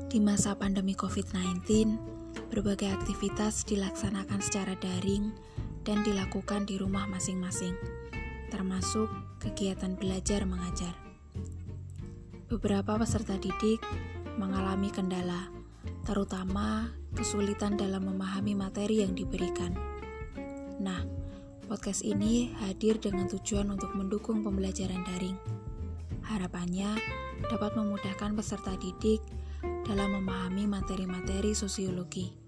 Di masa pandemi COVID-19, berbagai aktivitas dilaksanakan secara daring dan dilakukan di rumah masing-masing, termasuk kegiatan belajar mengajar. Beberapa peserta didik mengalami kendala, terutama kesulitan dalam memahami materi yang diberikan. Nah, podcast ini hadir dengan tujuan untuk mendukung pembelajaran daring. Harapannya dapat memudahkan peserta didik dalam memahami materi-materi sosiologi.